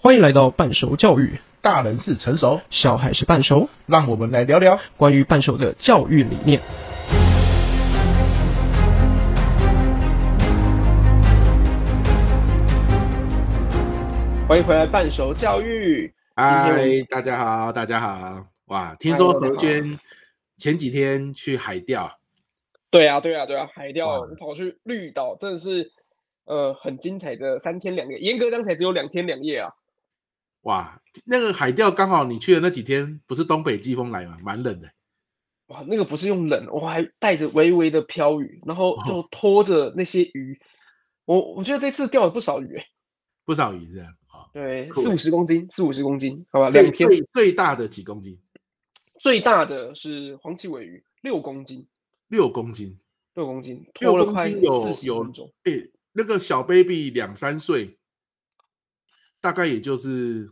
欢迎来到半熟教育， 大人是成熟， 小孩是半熟， 让我们来聊聊关于半熟的教育理念。欢迎回来半熟教育。 嗨，大家好，大家好。哇，听说何娟前几天去海钓。 对啊，海钓我跑去绿岛，真的是很精彩的3天2夜，严格讲起来只有2天2夜啊。 哇，那个海钓刚好你去的那几天不是东北季风来嘛，蛮冷的。 哇，那个不是用冷，我还带着微微的飘雨，然后就拖着那些鱼。我觉得这次钓了不少鱼， 不少鱼这样啊。 对，40-50公斤，40-50公斤，好吧，2天。 最大的几公斤？ 最大的是黄鳍尾鱼，6公斤。 6公斤 ，6公斤，拖了快40分钟。 那个小 baby 2-3岁，大概也就是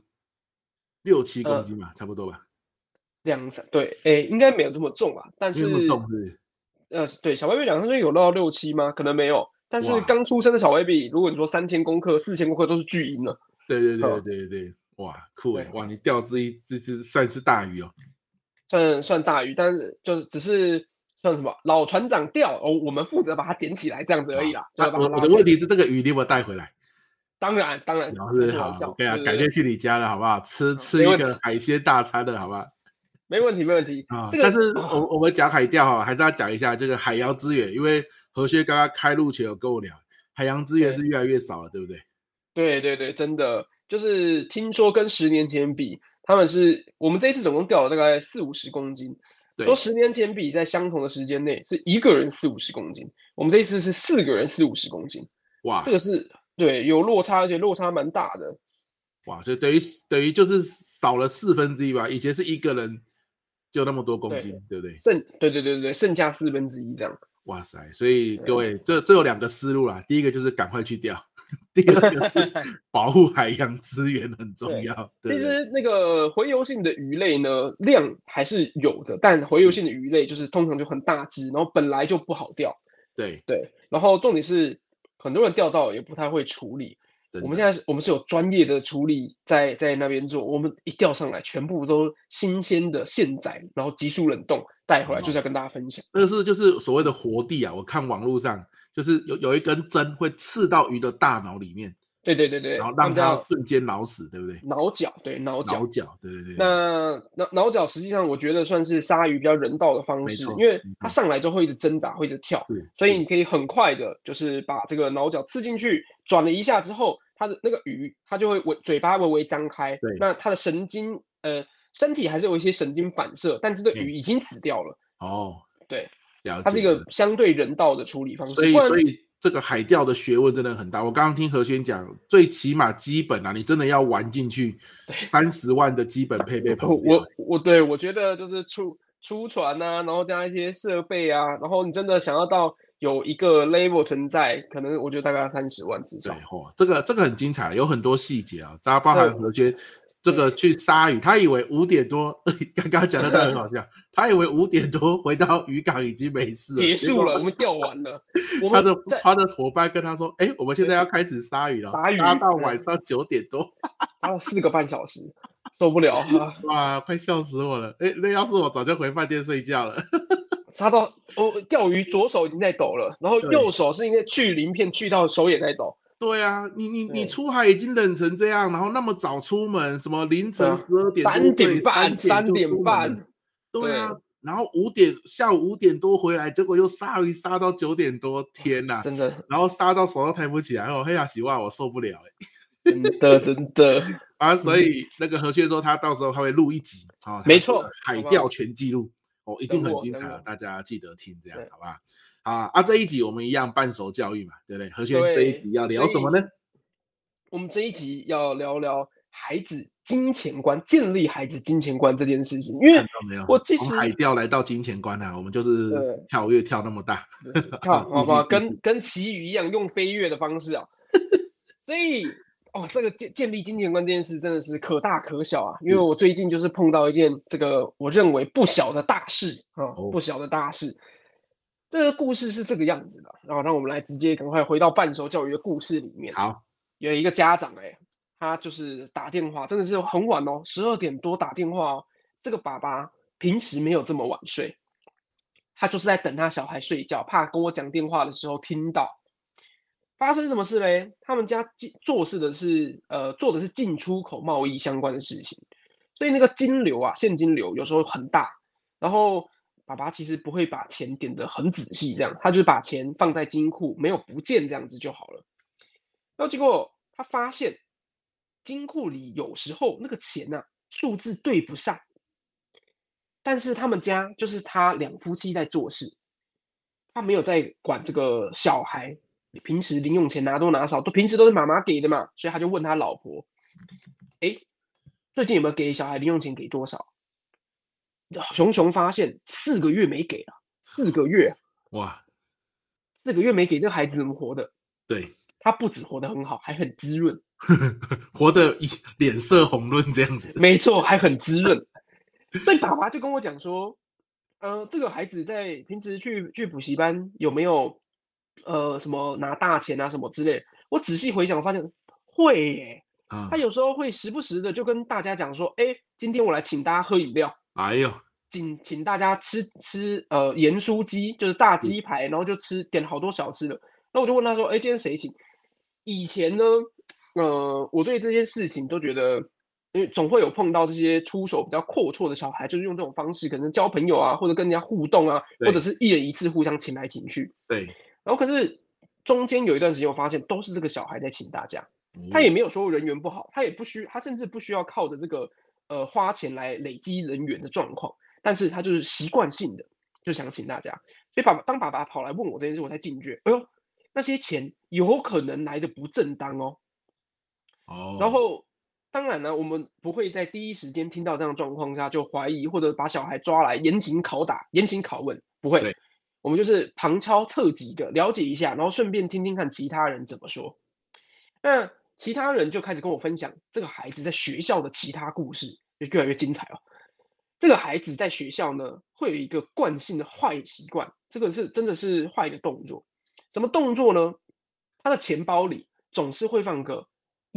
6-7公斤吧，差不多吧。 对，应该没有这么重啊，但是没有那么重是不是？对，小 baby 2-3岁有到6-7吗？可能没有，但是刚出生的小 baby，如果你说3000公克、4000公克都是巨婴了。 对，哇，酷哎！哇，你钓这只算是大鱼哦。 算大鱼，但是就只是算什么老船长钓我们负责把它捡起来这样子而已啦。 我的问题是这个鱼你有没有带回来？ 当然， 是好 ，OK 啊，改天去你家了好不好？吃一个海鲜大餐的好不好？ 没问题啊。但是我们讲海钓还是要讲一下这个海洋资源，因为何薛刚刚开录前有跟我聊，海洋资源是越来越少了，对不对？ 对，真的就是听说跟10年前比。我们这一次总共钓了大概40-50公斤，说10年前比，在相同的时间内是1个人40-50公斤，我们这一次是4个人40-50公斤， 哇， 这个是对有落差，而且落差蛮大的。 哇，所以等于就是少了1/4吧，以前是1个人就那么多公斤，对不对？ 对，剩下1/4这样。 哇塞，所以各位这有2个思路啦，第一个就是赶快去钓。第二个是保护海洋资源很重要。 其实那个洄游性的鱼类呢，量还是有的，但洄游性的鱼类就是通常就很大只，然后本来就不好钓。对，然后重点是很多人钓到也不太会处理。我们是有专业的处理在那边做，我们一钓上来全部都新鲜的现宰，然后急速冷冻带回来，就是要跟大家分享。 那个就是所谓的活地啊，我看网络上就是有一根针会刺到鱼的大脑里面， 对， 然后让它瞬间脑死，对不对？ 脑角，对。 那脑角实际上我觉得算是杀鱼比较人道的方式，因为它上来之后会一直挣扎，会一直跳，所以你可以很快的，就是把这个脑角刺进去，转了一下之后，它的那个鱼它就会嘴巴微微张开，那它的神经身体还是有一些神经反射，但是这鱼已经死掉了。对，它是一个相对人道的处理方式。 所以这个海钓的学问真的很大。我刚刚听何轩讲，最起码基本啊，你真的要玩进去30万的基本配备跑不掉。 我觉得就是出船啊，然后加一些设备啊，然后你真的想要到有一个 level 存在，可能我觉得大概30万至少。 对，这个很精彩，有很多细节啊，大家包含何轩这个去杀鱼，他以为5点多，刚刚讲的很好笑，他以为5点多回到渔港已经没事了， 结束了，我们钓完了。 他的伙伴跟他说：“我们现在要开始杀鱼了，杀到晚上9点多， 杀了4个半小时，受不了哇，快笑死我了！那要是我早就回饭店睡觉了。 杀到钓鱼左手已经在抖了，然后右手是因为去鳞片去到手也在抖。 对啊，你出海已经冷成这样，然后那么早出门，什么凌晨12点 3点半， 对啊，然后下午5点多回来，结果又杀鱼杀到9点多，天哪， 真的， 然后杀到手都抬不起来，嘿呀，洗袜我受不了真的啊！所以那个何轩说他到时候他会录一集没错， 海钓全记录一定很精彩，大家记得听，这样好不好？这一集我们一样半熟教育嘛，对不对？何轩这一集要聊什么呢？ 我们这一集要聊聊孩子金钱观，建立孩子金钱观这件事情。因为我其实从海钓来到金钱观啊，我们就是跳那么大， 好不好？跟旗语一样，用飞跃的方式啊。所以这个建立金钱观这件事真的是可大可小啊。因为我最近就是碰到一件这个我认为不小的大事不小的大事。这个故事是这个样子的，然后让我们来直接赶快回到半熟教育的故事里面。 好， 有一个家长他就是打电话，真的是很晚哦，12点多打电话哦。这个爸爸平时没有这么晚睡，他就是在等他小孩睡觉，怕跟我讲电话的时候听到。发生什么事嘞？他们家做的是进出口贸易相关的事情，所以那个金流啊，现金流有时候很大。然后爸爸其实不会把钱点得很仔细，这样他就是把钱放在金库，没有不见这样子就好了。然后结果他发现金库里有时候那个钱啊数字对不上，但是他们家就是他两夫妻在做事，他没有在管这个小孩平时零用钱拿多拿少，平时都是妈妈给的嘛，所以他就问他老婆：“哎，最近有没有给小孩零用钱给多少？”熊熊发现4个月没给了，4个月， 哇 4个月没给，这个孩子怎么活的？ 对， 他不止活得很好，还很滋润， 活得脸色红润这样子。 没错，还很滋润。所以爸爸就跟我讲说，这个孩子在平时去补习班有没有什么拿大钱啊什么之类的？我仔细回想发现会耶，他有时候会时不时的就跟大家讲说，哎，今天我来请大家喝饮料， 哎呦， 请大家吃盐酥鸡，就是炸鸡排，然后就点好多小吃的。那我就问他说，哎，今天谁请？以前呢，我对这些事情都觉得，因为总会有碰到这些出手比较阔绰的小孩，就是用这种方式，可能交朋友啊，或者跟人家互动啊，或者是一人一次互相请来请去。 对。 然后可是中间有一段时间，我发现都是这个小孩在请大家，他也没有说人缘不好，他甚至不需要靠着这个花钱来累积人缘的状况，但是他就是习惯性的就想请大家。所以当爸爸跑来问我这件事，我才警觉，哎呦，那些钱有可能来的不正当哦。然后当然呢，我们不会在第一时间听到这样的状况下就怀疑或者把小孩抓来严刑拷打、严刑拷问，不会。我们就是旁敲侧击的了解一下，然后顺便听听看其他人怎么说。那其他人就开始跟我分享这个孩子在学校的其他故事，就越来越精彩哦。这个孩子在学校呢，会有一个惯性的坏习惯，这个是真的是坏的动作。什么动作呢？他的钱包里总是会放个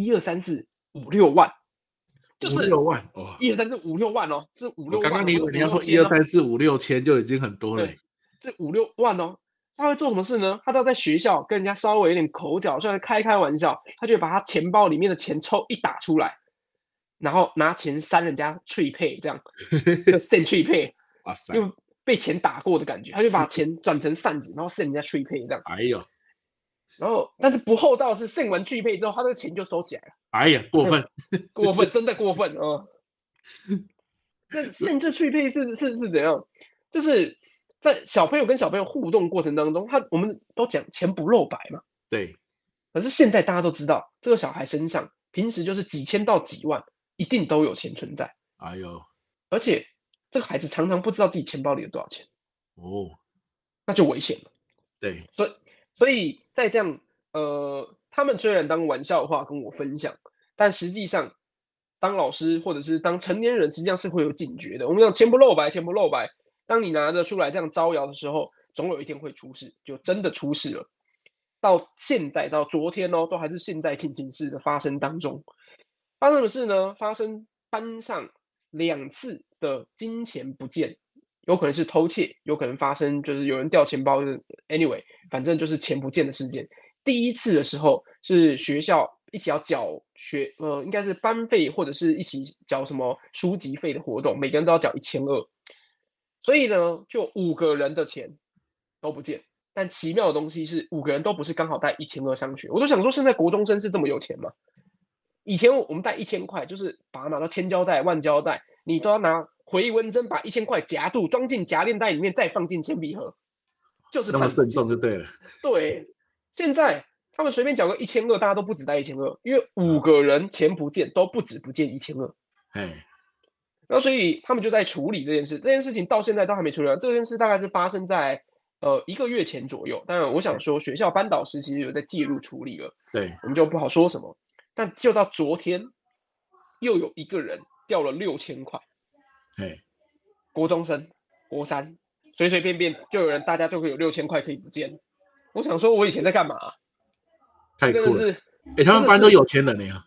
1、2、3、4、5、6万，就是 5、6万哦，1、2、3、4、5、6万哦，是5、6万。 刚刚你要说1、2、3、4、5、6千就已经很多了， 是5、6万哦。他会做什么事呢？他都要在学校跟人家稍微有点口角，虽然开玩笑，他就会把他钱包里面的钱抽一打出来，然后拿钱扇人家脆配，这样就扇脆配， 哇塞， 又被钱打过的感觉，他就把钱转成扇子，然后扇人家脆配这样。 哎呦， 然后但是不厚道是扇完脆配之后，他这个钱就收起来了。 哎呀，过分， 过分，真的过分哦。那扇这脆配是怎样？就是在小朋友跟小朋友互动过程当中，我们都讲钱不露白嘛。 对。 可是现在大家都知道，这个小孩身上平时就是几千到几万，一定都有钱存在。 哎呦， 而且这个孩子常常不知道自己钱包里有多少钱， 哦， 那就危险了。 对， 所以在这样，他们虽然当玩笑话跟我分享，但实际上当老师或者是当成年人，实际上是会有警觉的。我们讲钱不露白，钱不露白。当你拿着出来这样招摇的时候，总有一天会出事，就真的出事了。到现在到昨天哦，都还是现在进行式的发生当中。发生什么事呢？发生班上2次的金钱不见，有可能是偷窃，有可能发生就是有人掉钱包，anyway，反正就是钱不见的事件。第一次的时候是学校一起要缴应该是班费或者是一起缴什么书籍费的活动，每个人都要缴1200，所以呢，就5个人的钱都不见。但奇妙的东西是，5个人都不是刚好带1200上学。我都想说，现在国中生是这么有钱吗？以前我们带1000块，就是把它拿到千胶带、万胶带，你都要拿回纹针把1000块夹住，装进夹链袋里面，再放进铅笔盒，就是那么郑重就对了。 对，现在他们随便缴个1200，大家都不止带1200，因为5个人钱不见，都不止不见1200。 哎， 然后所以他们就在处理这件事，这件事情到现在都还没处理完。这件事大概是发生在1个月前左右。当然，我想说学校班导师其实有在介入处理了， 对， 我们就不好说什么。但就到昨天，又有一个人掉了6000块，国中生，国3，随随便便就有人，大家就会有6000块可以不见。我想说，我以前在干嘛？ 太酷了！他们班都有钱人了呀。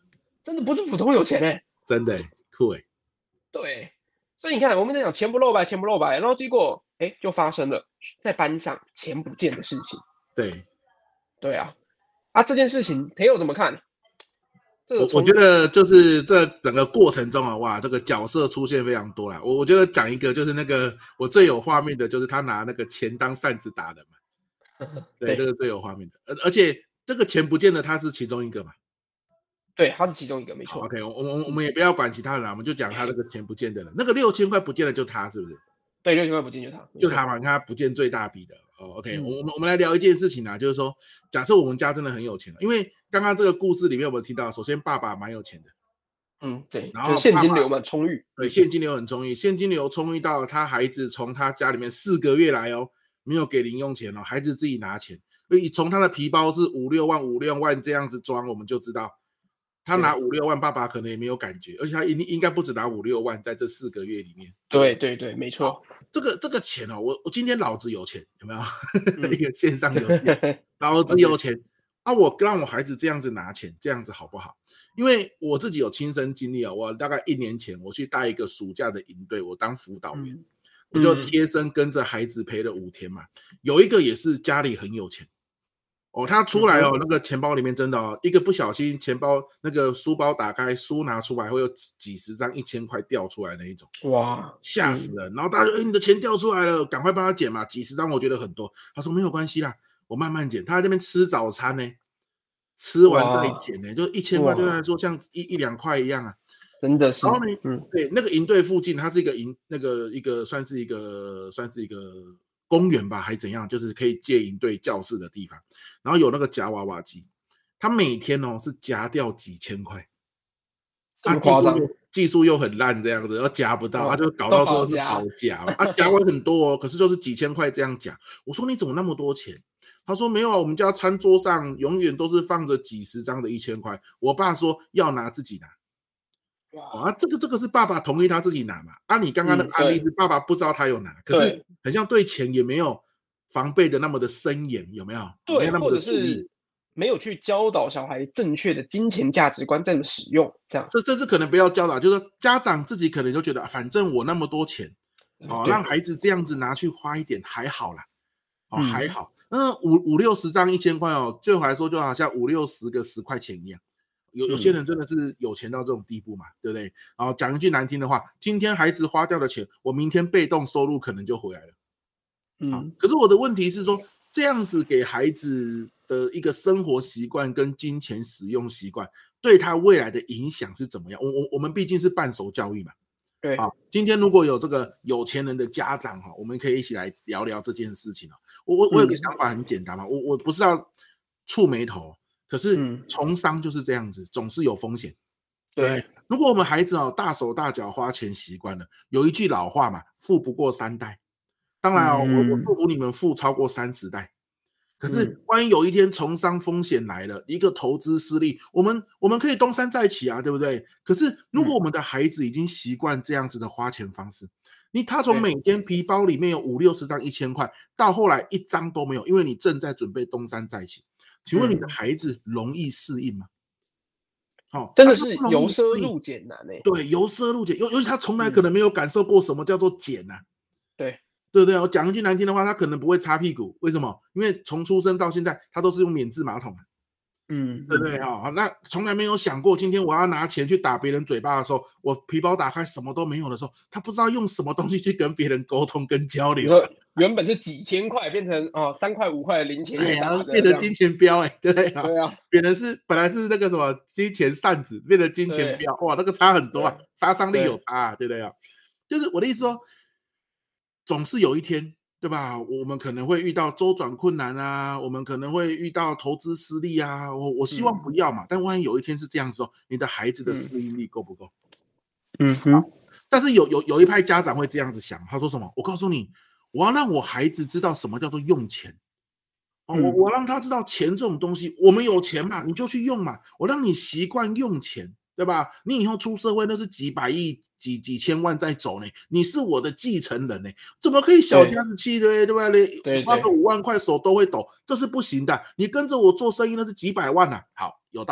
真的不是普通有钱哎， 真的酷哎。 对，所以你看，我们在讲钱不露白，钱不露白，然后结果就发生了在班上钱不见的事情。 对啊，这件事情朋友怎么看？ 我觉得就是这整个过程中啊，哇，这个角色出现非常多啦。我觉得讲一个就是那个我最有画面的，就是他拿那个钱当扇子打的嘛。对，这个最有画面的，而且这个钱不见了，他是其中一个嘛。 对，他是其中一个，没错。 OK， 我们也不要管其他人啦，我们就讲他这个钱不见的人，那个6000块不见了，就他是不是？ 对，6000块不见就他嘛，他不见最大笔的。OK，我们来聊一件事情啊，就是说，假设我们家真的很有钱了，因为刚刚这个故事里面有没有提到，首先爸爸蛮有钱的。 对， 然后就是现金流蛮充裕。 对，现金流很充裕，现金流充裕到他孩子从他家里面4个月来没有给零用钱孩子自己拿钱，所以从他的皮包是5-6万5-6万这样子装，我们就知道他拿5-6万，爸爸可能也没有感觉，而且他应该不止拿5-6万，在这4个月里面。 对，没错。 这个钱我今天老子有钱，有没有？一个线上游戏，老子有钱我让我孩子这样子拿钱，这样子好不好？因为我自己有亲身经历我大概1年前我去带一个暑假的营队，我当辅导员，我就贴身跟着孩子陪了5天嘛。有一个也是家里很有钱他出来那个钱包里面真的一个不小心，钱包那个书包打开，书拿出来会有几十张1000块掉出来那一种， 哇， 吓死人！然后大家就你的钱掉出来了，赶快帮他捡嘛，几十张我觉得很多。他说没有关系啦，我慢慢捡。他在这边吃早餐呢，吃完再捡呢，就1000块对他来说像1-2块一样啊， 真的是。 然后呢，对，那个营队附近，它是一个算是一个公园吧，还怎样，就是可以借营队教室的地方。然后有那个夹娃娃机，他每天是夹掉几千块， 这么夸张， 技术又很烂这样子，又夹不到，他就搞到说是好夹嘛，夹完很多可是就是几千块这样夹。我说你怎么那么多钱？他说没有我们家餐桌上永远都是放着几十张的1000块。我爸说要拿自己拿。这个是爸爸同意他自己拿嘛？你刚刚的案例是爸爸不知道他有拿，可是很像对钱也没有防备的那么的森严，有没有？ 对，或者是没有去教导小孩正确的金钱价值观怎么使用，这样。 这是可能不要教导，就是说家长自己可能就觉得，反正我那么多钱，让孩子这样子拿去花一点还好啦，还好。5-60张1000块对我来说就好像5-60个10块钱一样。有些人真的是有钱到这种地步嘛，对不对？然后讲一句难听的话，今天孩子花掉的钱，我明天被动收入可能就回来了。可是我的问题是说，这样子给孩子的一个生活习惯跟金钱使用习惯，对他未来的影响是怎么样？我们毕竟是半熟教育嘛。 对今天如果有这个有钱人的家长我们可以一起来聊聊这件事情我有个想法很简单嘛，我不是要触霉头。可是从商就是这样子，总是有风险。对，如果我们孩子大手大脚花钱习惯了，有一句老话嘛，富不过3代。当然我祝福你们富超过30代。可是万一有一天从商风险来了，一个投资失利，我们可以东山再起啊，对不对？可是如果我们的孩子已经习惯这样子的花钱方式，他从每天皮包里面有50-60张1000块，到后来1张都没有，因为你正在准备东山再起。请问你的孩子容易适应吗？ 真的是由奢入俭难对，由奢入俭，尤其他从来可能没有感受过什么叫做俭对不对？我讲一句难听的话，他可能不会擦屁股，为什么？因为从出生到现在，他都是用免治马桶。对不对那从来没有想过，今天我要拿钱去打别人嘴巴的时候，我皮包打开什么都没有的时候，他不知道用什么东西去跟别人沟通跟交流。 原本是几千块变成3块5块的零钱， 变成金钱镖对不对？ 对啊， 本来是那个什么金钱扇子，变成金钱镖，哇，那个差很多杀伤力有差对不对就是我的意思说，总是有一天。对吧？我们可能会遇到周转困难我们可能会遇到投资失利我希望不要嘛，但万一有一天是这样子你的孩子的适应力够不够？但是有一派家长会这样子想，他说什么？我告诉你，我要让我孩子知道什么叫做用钱我让他知道钱这种东西，我们有钱嘛，你就去用嘛，我让你习惯用钱。对吧？你以后出社会那是几百亿、几千万在走呢，你是我的继承人呢，怎么可以小家子气对吧？你花个5万块手都会抖，这是不行的。你跟着我做生意那是几百万好，有道理，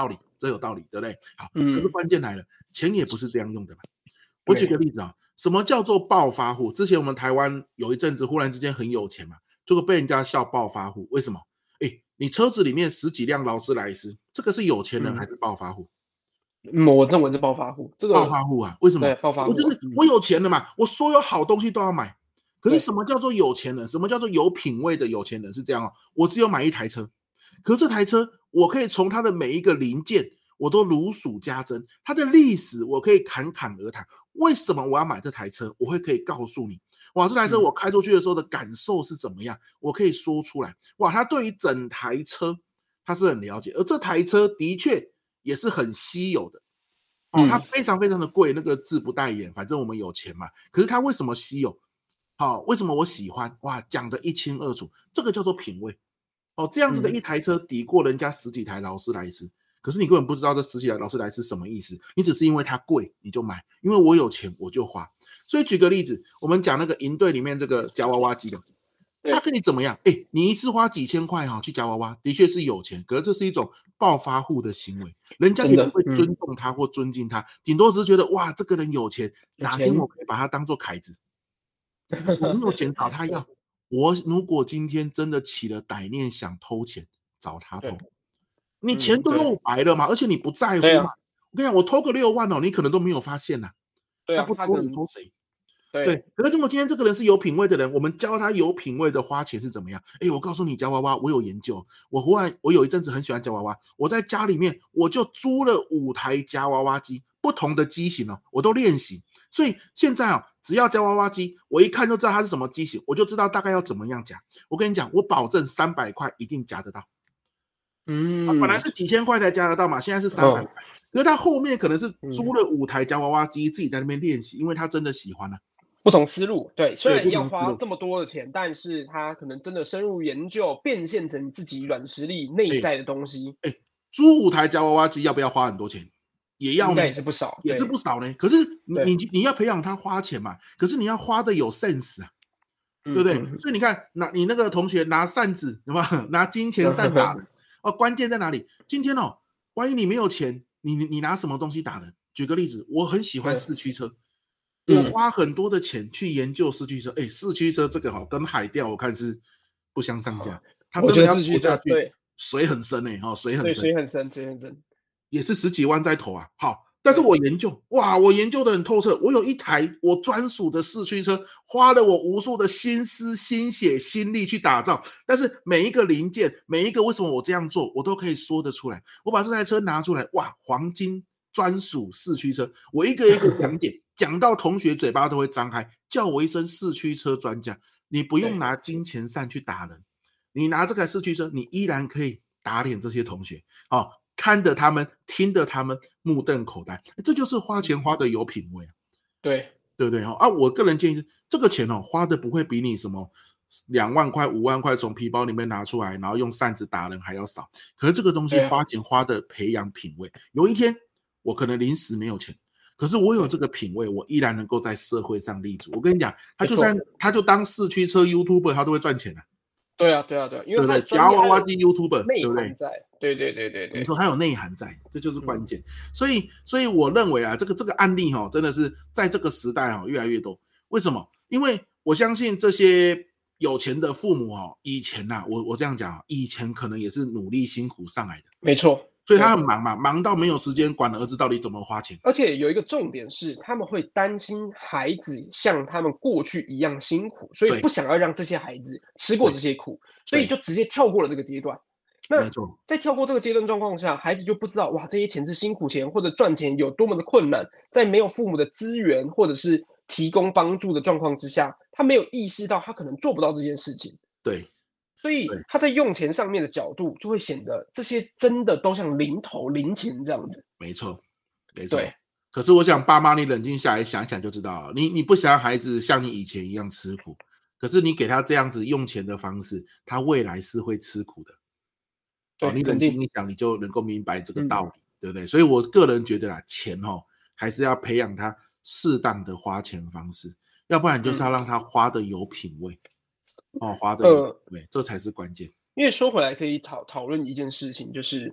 这有道理，对不对？好，可是关键来了，钱也不是这样用的嘛。我举个例子啊，什么叫做暴发户？之前我们台湾有一阵子忽然之间很有钱嘛，结果被人家笑暴发户，为什么？你车子里面10几辆劳斯莱斯，这个是有钱人还是暴发户？ 我认为是暴发户，这个暴发户啊？为什么？ 对，暴发户我就是我有钱了嘛，我所有好东西都要买。可是什么叫做有钱人？什么叫做有品味的有钱人？是这样哦，我只有买一台车，可是这台车我可以从它的每一个零件，我都如数家珍，它的历史我可以侃侃而谈。为什么我要买这台车？我会可以告诉你，哇，这台车我开出去的时候的感受是怎么样，我可以说出来。哇，他对于整台车他是很了解，而这台车的确也是很稀有的。它非常非常的贵，那个字不代言，反正我们有钱嘛。可是它为什么稀有？为什么我喜欢？哇，讲得一清二楚，这个叫做品味。这样子的一台车抵过人家10几台劳斯莱斯，可是你根本不知道这10几台劳斯莱斯什么意思，你只是因为它贵你就买，因为我有钱我就花。所以举个例子，我们讲那个营队里面这个夹娃娃机的，他跟你怎么样？你一次花几千块去夹娃娃，的确是有钱，可是这是一种暴发户的行为，人家也不会尊重他或尊敬他，顶多只是觉得哇，这个人有钱，哪天我可以把他当做凯子，我没有钱找他要。我如果今天真的起了歹念想偷钱，找他偷，你钱都露白了嘛，而且你不在乎嘛。我跟你讲，我偷个6万你可能都没有发现呐。 对啊， 他不偷你偷谁？ 对， 可是如果今天这个人是有品味的人，我们教他有品味的花钱是怎么样？我告诉你，夹娃娃我有研究。我有一阵子很喜欢夹娃娃，我在家里面我就租了5台夹娃娃机，不同的机型我都练习。所以现在只要夹娃娃机，我一看就知道它是什么机型，我就知道大概要怎么样夹。我跟你讲，我保证300块一定夹得到。本来是几千块才夹得到嘛，现在是300块。可是他后面可能是租了5台夹娃娃机，自己在那边练习，因为他真的喜欢不同思路，对，虽然要花这么多的钱，但是他可能真的深入研究，变现成自己软实力内在的东西。 租5台夹娃娃机要不要花很多钱？也要呢， 应该也是不少， 也是不少呢。可是你要培养他花钱嘛，可是你要花的有 sense 啊，对不对？所以你看，你那个同学拿扇子，对吧？拿金钱扇打人，关键在哪里？今天万一你没有钱，你拿什么东西打人？举个例子，我很喜欢四驱车。我花很多的钱去研究四驱车，四驱车这个跟海钓我看是不相上下。它真的要拖下去，水很深水很深， 水很深，水很深， 也是10几万在投啊。好，但是我研究，哇，我研究的很透彻，我有一台我专属的四驱车，花了我无数的心思、心血、心力去打造。但是每一个零件，每一个为什么我这样做，我都可以说得出来。我把这台车拿出来，哇，黄金专属四驱车，我一个一个讲解。讲到同学嘴巴都会张开，叫我一声四驱车专家。你不用拿金钱扇去打人，你拿这台四驱车，你依然可以打脸这些同学，看着他们，听着他们，目瞪口呆。这就是花钱花的有品味啊， 对不对？我个人建议是，这个钱花的不会比你什么2万块、5万块从皮包里面拿出来，然后用扇子打人还要少。可是这个东西花钱花的培养品味，有一天我可能临时没有钱。可是我有这个品味，我依然能够在社会上立足。我跟你讲，他就当四驱车 YouTuber， 他都会赚钱对啊，因为他夹娃娃机 YouTuber， 对不对？对， 你说他有内涵在，这就是关键。所以我认为这个案例真的是在这个时代越来越多。为什么？因为我相信这些有钱的父母以前我这样讲以前可能也是努力辛苦上来的， 没错。 所以他很忙嘛，忙到没有时间管儿子到底怎么花钱。 而且有一个重点是，他们会担心孩子像他们过去一样辛苦，所以不想要让这些孩子吃过这些苦，所以就直接跳过了这个阶段。那在跳过这个阶段状况下，孩子就不知道哇，这些钱是辛苦钱，或者赚钱有多么的困难。在没有父母的资源或者是提供帮助的状况之下，他没有意识到他可能做不到这件事情。 对。 所以他在用钱上面的角度就会显得这些真的都像零头零钱这样子。 没错。对。可是我想爸妈你冷静下来想一想就知道，你不想让孩子像你以前一样吃苦，可是你给他这样子用钱的方式，他未来是会吃苦的。你冷静一想你就能够明白这个道理，对不对？所以我个人觉得钱还是要培养他适当的花钱方式，要不然就是要让他花的有品味。花的对，这才是关键。 因为说回来可以讨论一件事情，就是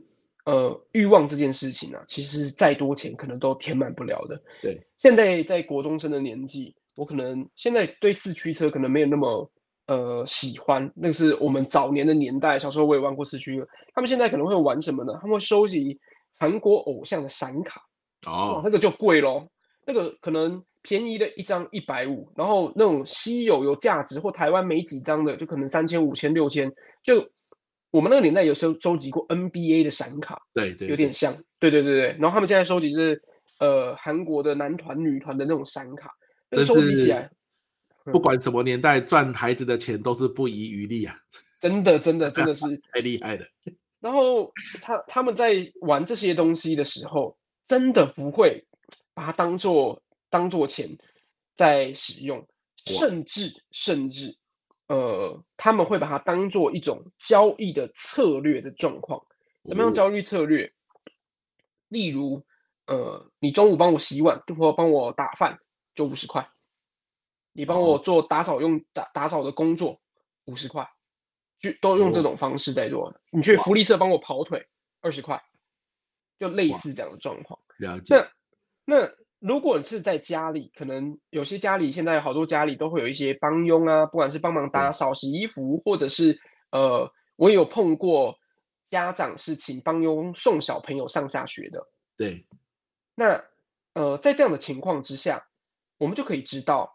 欲望这件事情啊，其实再多钱可能都填满不了的。 对， 现在在国中生的年纪，我可能现在对四驱车可能没有那么喜欢，那个是我们早年的年代，小时候我也玩过四驱车。他们现在可能会玩什么呢？他们会收集韩国偶像的闪卡，哇，那个就贵咯，那个可能便宜的一张150，然后那种稀有有价值或台湾没几张的，就可能3000、5000、6000。就我们那个年代有收集过 NBA 的闪卡， 对对， 有点像，对。然后他们现在收集是韩国的男团、女团的那种闪卡，那个真收集起来， 不管什么年代，赚孩子的钱都是不遗余力啊！ 真的是太厉害了。 然后他们在玩这些东西的时候，真的不会把它当做钱在使用，甚至他们会把它当做一种交易的策略的状况。怎么样交易策略？例如，你中午帮我洗碗或帮我打饭，就50块；你帮我做打扫的工作，50块。都用这种方式在做。你去福利社帮我跑腿，20块，就类似这样的状况。 了解。 那如果你是在家里，可能有些家里现在好多家里都会有一些帮佣啊，不管是帮忙打扫、洗衣服，或者是我也有碰过家长是请帮佣送小朋友上下学的。 对。 那在这样的情况之下，我们就可以知道，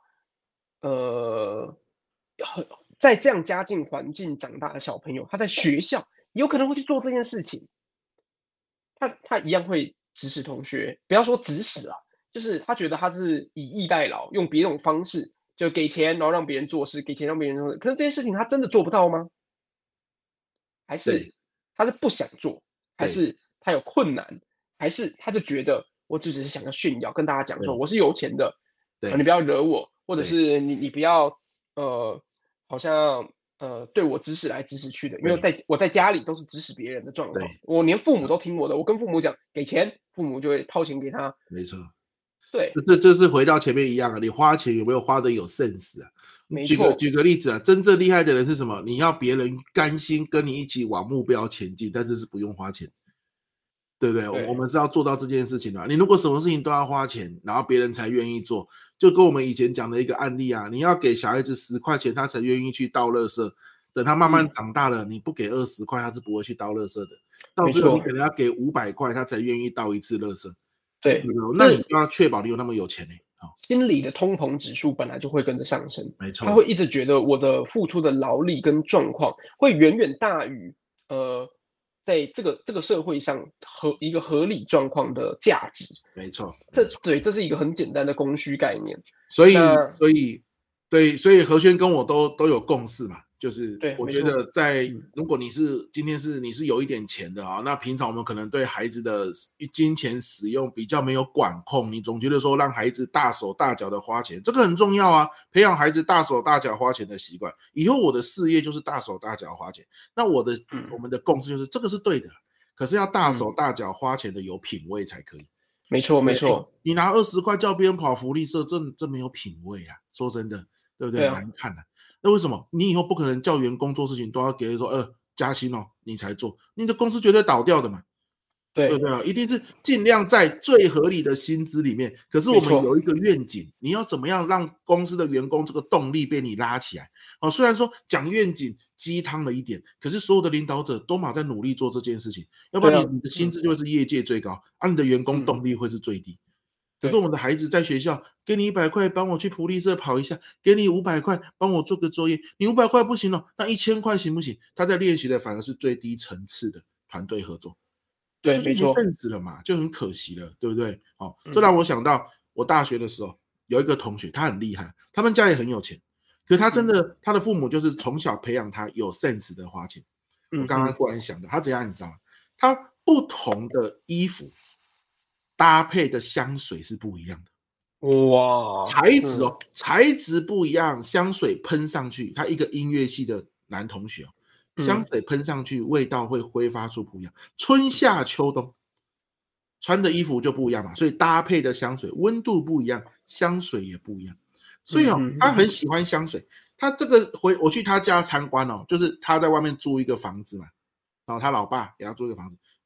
在这样家境环境长大的小朋友，他在学校有可能会去做这件事情，他一样会指使同学，不要说指使啊，就是他觉得他是以逸待劳，用别种方式就给钱，然后让别人做事，给钱让别人做事。可是这件事情他真的做不到吗？还是他是不想做，还是他有困难，还是他就觉得我就只是想要炫耀，跟大家讲说我是有钱的，你不要惹我，或者是你不要好像对我指使来指使去的，因为我在家里都是指使别人的状况，我连父母都听我的，我跟父母讲给钱，父母就会掏钱给他。 没错， 对， 这是回到前面一样啊，你花钱有没有花的有 sense 啊？ 没错， 举个例子啊，真正厉害的人是什么？你要别人甘心跟你一起往目标前进，但是是不用花钱，对不对？我们是要做到这件事情的。你如果什么事情都要花钱，然后别人才愿意做，就跟我们以前讲的一个案例啊，你要给小孩子10块钱，他才愿意去倒垃圾。等他慢慢长大了，你不给20块，他是不会去倒垃圾的。到最后你可能要给500块，他才愿意倒一次垃圾。 对， 那你就要确保你有那么有钱心理的通膨指数本来就会跟着上升， 没错， 他会一直觉得我的付出的劳力跟状况会远远大于在这个社会上一个合理状况的价值。 没错， 这是一个很简单的供需概念。 所以何轩跟我都有共识嘛，就是我觉得如果今天你是有一点钱的啊，那平常我们可能对孩子的金钱使用比较没有管控，你总觉得说让孩子大手大脚的花钱，这个很重要啊，培养孩子大手大脚花钱的习惯，以后我的事业就是大手大脚花钱。那我们的共识就是这个是对的，可是要大手大脚花钱的有品味才可以。 没错， 你拿20块叫别人跑福利社，这没有品味啊！说真的，对不对？难看啊！那为什么你以后不可能叫员工做事情都要给人说加薪哦，你才做？你的公司绝对倒掉的嘛，对不对？一定是尽量在最合理的薪资里面。可是我们有一个愿景，你要怎么样让公司的员工这个动力被你拉起来？虽然说讲愿景鸡汤了一点，可是所有的领导者都在努力做这件事情，要不然你的薪资就会是业界最高，你的员工动力会是最低。可是我们的孩子在学校，给你100块帮我去福利社跑一下，给你500块帮我做个作业，你500块不行哦，那1000块行不行？他在练习的反而是最低层次的团队合作。 对，没错， 认识了嘛，就很可惜了，对不对？这让我想到我大学的时候有一个同学，他很厉害，他们家也很有钱，可是他真的，他的父母就是从小培养他有 sense 的花钱。我刚刚忽然想到，他怎样你知道吗？他不同的衣服搭配的香水是不一样的。 哇， 材质不一样，香水喷上去，他一个音乐系的男同学香水喷上去味道会挥发出不一样，春夏秋冬穿的衣服就不一样嘛，所以搭配的香水温度不一样，香水也不一样。所以他很喜欢香水。他这个我去他家参观就是他在外面租一个房子嘛，然后他老爸给他租一个房子，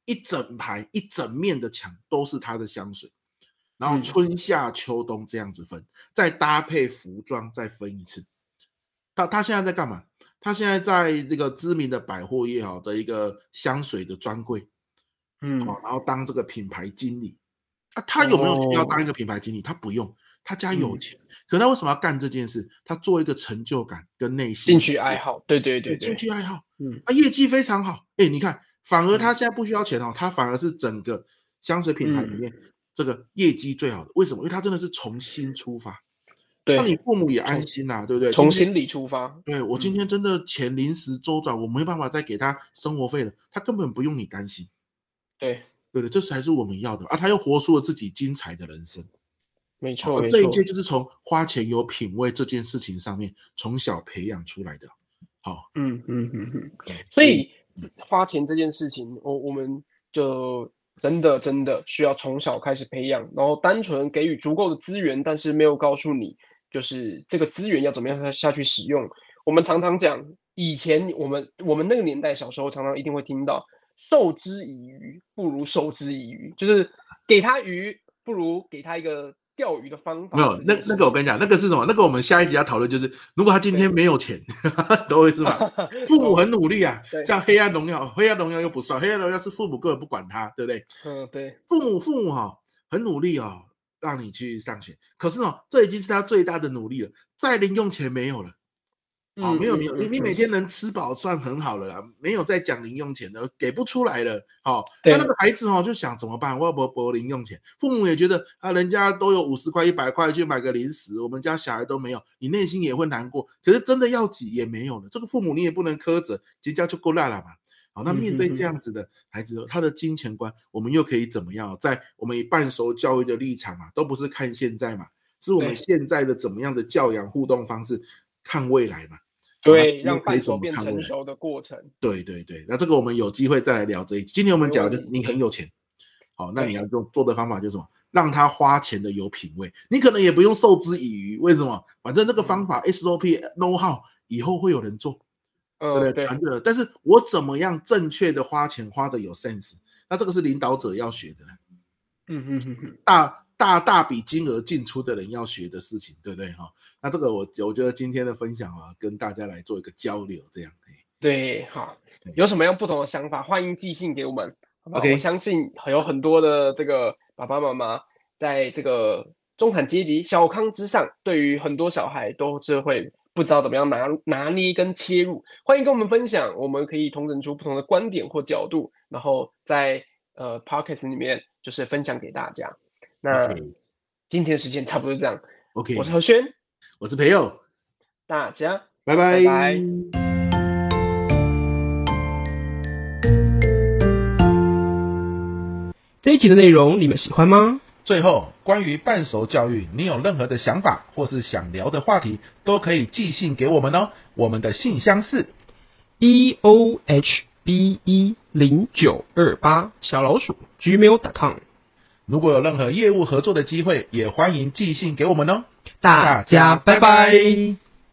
一整排一整面的墙都是他的香水，然后春夏秋冬这样子分，再搭配服装再分一次。他现在在干嘛？他现在在这个知名的百货业的一个香水的专柜，然后当这个品牌经理。他有没有需要当一个品牌经理？他不用，他家有钱。可他为什么要干这件事？他做一个成就感跟内心兴趣爱好，对， 兴趣爱好。业绩非常好。你看，反而他现在不需要钱他反而是整个香水品牌里面这个业绩最好的。为什么？因为他真的是从心出发。 对， 那你父母也安心对不对？ 从心里出发。 对，我今天真的钱临时周转，我没办法再给他生活费了，他根本不用你担心。 对， 这才是我们要的他又活出了自己精彩的人生。 没错， 这一切就是从花钱有品味这件事情上面从小培养出来的。好， 所以花钱这件事情，我们就真的需要从小开始培养，然后单纯给予足够的资源，但是没有告诉你就是这个资源要怎么样下去使用。我们常常讲，以前我们那个年代小时候常常一定会听到授之以鱼不如授之以渔，就是给他鱼不如给他一个钓鱼的方法。 没有，那个我跟你讲，那个是什么？那个我们下一集要讨论，就是如果他今天没有钱，懂我意思吗？父母很努力像黑暗荣耀又不算，黑暗荣耀是父母根本不管他，对不对？ 对， 父母很努力让你去上学，可是这已经是他最大的努力了，再零用钱没有了。没有，你每天能吃饱算很好了啦，没有再讲零用钱的，给不出来了。那个孩子就想怎么办？我要博零用钱，父母也觉得人家都有50块100块去买个零食，我们家小孩都没有，你内心也会难过。可是真的要挤也没有了，这个父母你也不能苛责，结交就够辣了嘛。那面对这样子的孩子，他的金钱观，我们又可以怎么样？在我们以半熟教育的立场都不是看现在嘛，是我们现在的怎么样的教养互动方式看未来嘛。 对，让半熟变成熟的过程。 对，那这个我们有机会再来聊这一集。今天我们讲的就是你很有钱，那你要做的方法就是什么？让他花钱的有品味。你可能也不用授之以渔，为什么？反正这个方法 SOP know how 以后会有人做，对。但是我怎么样正确的花钱花的有 sense？ 那这个是领导者要学的。大笔金额进出的人要学的事情，对不对？那这个我觉得今天的分享跟大家来做一个交流，这样。 对，好，有什么样不同的想法，欢迎寄信给我们。我相信有很多的这个爸爸妈妈在这个中产阶级小康之上，对于很多小孩都是会不知道怎么样拿捏跟切入。欢迎跟我们分享，我们可以统整出不同的观点或角度，然后在podcast 里面就是分享给大家。那今天的时间差不多这样。 OK， 我是何轩， 我是培佑， 大家拜拜。 这一集的内容你们喜欢吗？ 最后，关于半熟教育，你有任何的想法或是想聊的话题，都可以寄信给我们我们的信箱是 eohbe0928gmail.com。 如果有任何业务合作的机会，也欢迎寄信给我们大家拜拜。